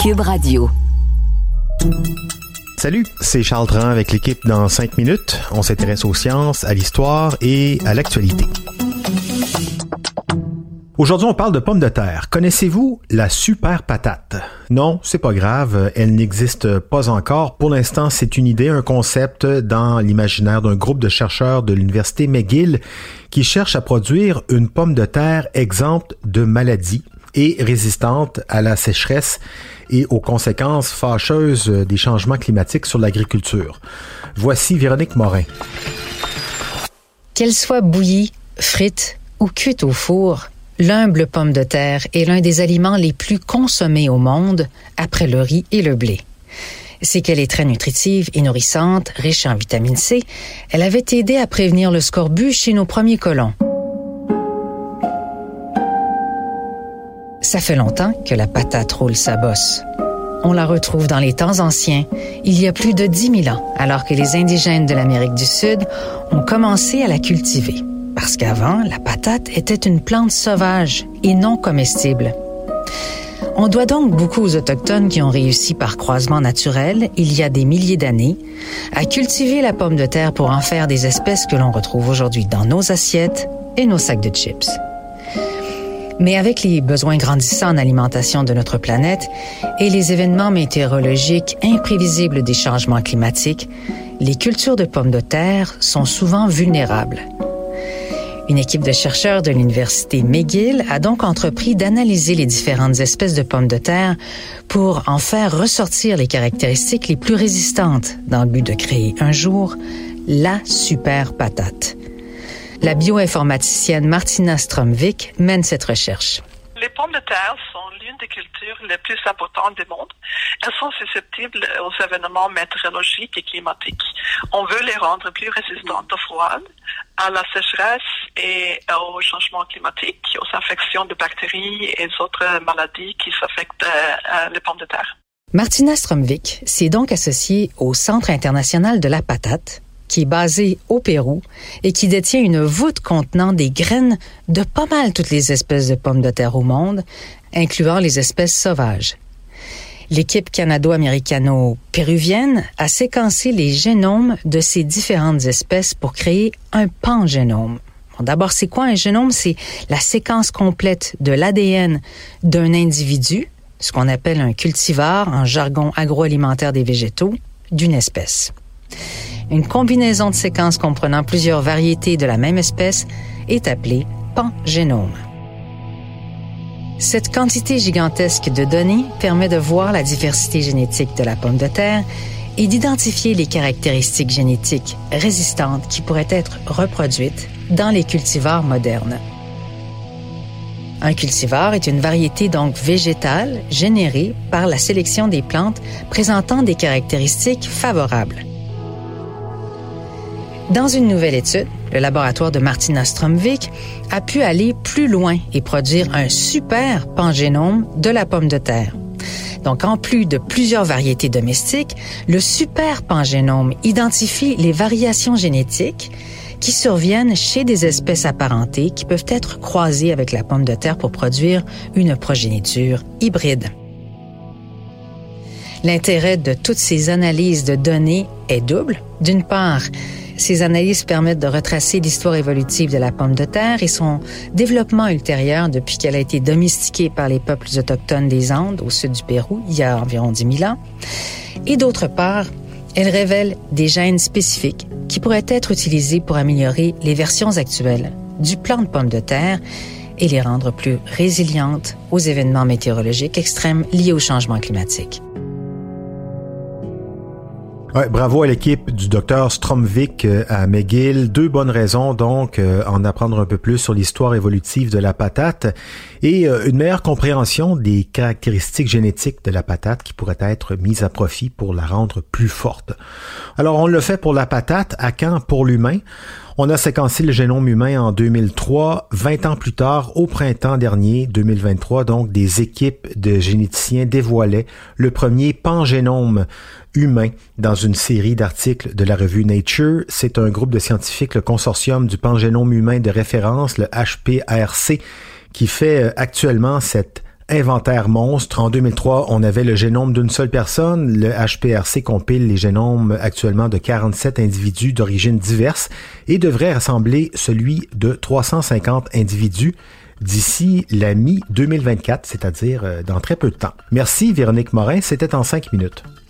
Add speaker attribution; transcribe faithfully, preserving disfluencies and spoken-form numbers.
Speaker 1: Cube Radio.
Speaker 2: Salut, c'est Charles Dran avec l'équipe dans cinq minutes. On s'intéresse aux sciences, à l'histoire et à l'actualité. Aujourd'hui, on parle de pommes de terre. Connaissez-vous la super patate? Non, c'est pas grave, elle n'existe pas encore. Pour l'instant, c'est une idée, un concept dans l'imaginaire d'un groupe de chercheurs de l'université McGill qui cherche à produire une pomme de terre exempte de maladies et résistante à la sécheresse et aux conséquences fâcheuses des changements climatiques sur l'agriculture. Voici Véronique Morin.
Speaker 3: Qu'elle soit bouillie, frite ou cuite au four, l'humble pomme de terre est l'un des aliments les plus consommés au monde, après le riz et le blé. C'est qu'elle est très nutritive et nourrissante, riche en vitamine C. Elle avait aidé à prévenir le scorbut chez nos premiers colons. Ça fait longtemps que la patate roule sa bosse. On la retrouve dans les temps anciens, il y a plus de dix mille ans, alors que les indigènes de l'Amérique du Sud ont commencé à la cultiver. Parce qu'avant, la patate était une plante sauvage et non comestible. On doit donc beaucoup aux Autochtones qui ont réussi par croisement naturel, il y a des milliers d'années, à cultiver la pomme de terre pour en faire des espèces que l'on retrouve aujourd'hui dans nos assiettes et nos sacs de chips. Mais avec les besoins grandissants en alimentation de notre planète et les événements météorologiques imprévisibles des changements climatiques, les cultures de pommes de terre sont souvent vulnérables. Une équipe de chercheurs de l'université McGill a donc entrepris d'analyser les différentes espèces de pommes de terre pour en faire ressortir les caractéristiques les plus résistantes dans le but de créer un jour la super patate. La bioinformaticienne Martina Stromvik mène cette recherche.
Speaker 4: Les pommes de terre sont l'une des cultures les plus importantes du monde. Elles sont susceptibles aux événements météorologiques et climatiques. On veut les rendre plus résistantes au froid, à la sécheresse et aux changements climatiques, aux infections de bactéries et autres maladies qui affectent euh, les pommes de terre.
Speaker 3: Martina Stromvik s'est donc associée au Centre international de la patate, qui est basé au Pérou et qui détient une voûte contenant des graines de pas mal toutes les espèces de pommes de terre au monde, incluant les espèces sauvages. L'équipe canado-américano-péruvienne a séquencé les génomes de ces différentes espèces pour créer un pangénome. Bon, d'abord, c'est quoi un génome? C'est la séquence complète de l'A D N d'un individu, ce qu'on appelle un cultivar en jargon agroalimentaire des végétaux, d'une espèce. Une combinaison de séquences comprenant plusieurs variétés de la même espèce est appelée pangénome. Cette quantité gigantesque de données permet de voir la diversité génétique de la pomme de terre et d'identifier les caractéristiques génétiques résistantes qui pourraient être reproduites dans les cultivars modernes. Un cultivar est une variété donc végétale générée par la sélection des plantes présentant des caractéristiques favorables. Dans une nouvelle étude, le laboratoire de Martina Stromvik a pu aller plus loin et produire un super pangénome de la pomme de terre. Donc, en plus de plusieurs variétés domestiques, le super pangénome identifie les variations génétiques qui surviennent chez des espèces apparentées qui peuvent être croisées avec la pomme de terre pour produire une progéniture hybride. L'intérêt de toutes ces analyses de données est double. D'une part, ces analyses permettent de retracer l'histoire évolutive de la pomme de terre et son développement ultérieur depuis qu'elle a été domestiquée par les peuples autochtones des Andes au sud du Pérou il y a environ dix mille ans. Et d'autre part, elles révèlent des gènes spécifiques qui pourraient être utilisés pour améliorer les versions actuelles du plant de pomme de terre et les rendre plus résilientes aux événements météorologiques extrêmes liés au changement climatique.
Speaker 2: Ouais, bravo à l'équipe du docteur Stromvik à McGill. Deux bonnes raisons, donc, euh, en apprendre un peu plus sur l'histoire évolutive de la patate et euh, une meilleure compréhension des caractéristiques génétiques de la patate qui pourraient être mises à profit pour la rendre plus forte. Alors, on le fait pour la patate. À quand pour l'humain? On a séquencé le génome humain en deux mille trois. vingt ans plus tard, au printemps dernier, deux mille vingt-trois, donc, des équipes de généticiens dévoilaient le premier pangénome humain dans une série d'articles de la revue Nature. C'est un groupe de scientifiques, le consortium du pangénome humain de référence, le H P R C, qui fait actuellement cette Inventaire monstre. En deux mille trois, on avait le génome d'une seule personne. Le H P R C compile les génomes actuellement de quarante-sept individus d'origines diverses et devrait rassembler celui de trois cent cinquante individus d'ici la mi deux mille vingt-quatre, c'est-à-dire dans très peu de temps. Merci Véronique Morin, c'était en cinq minutes.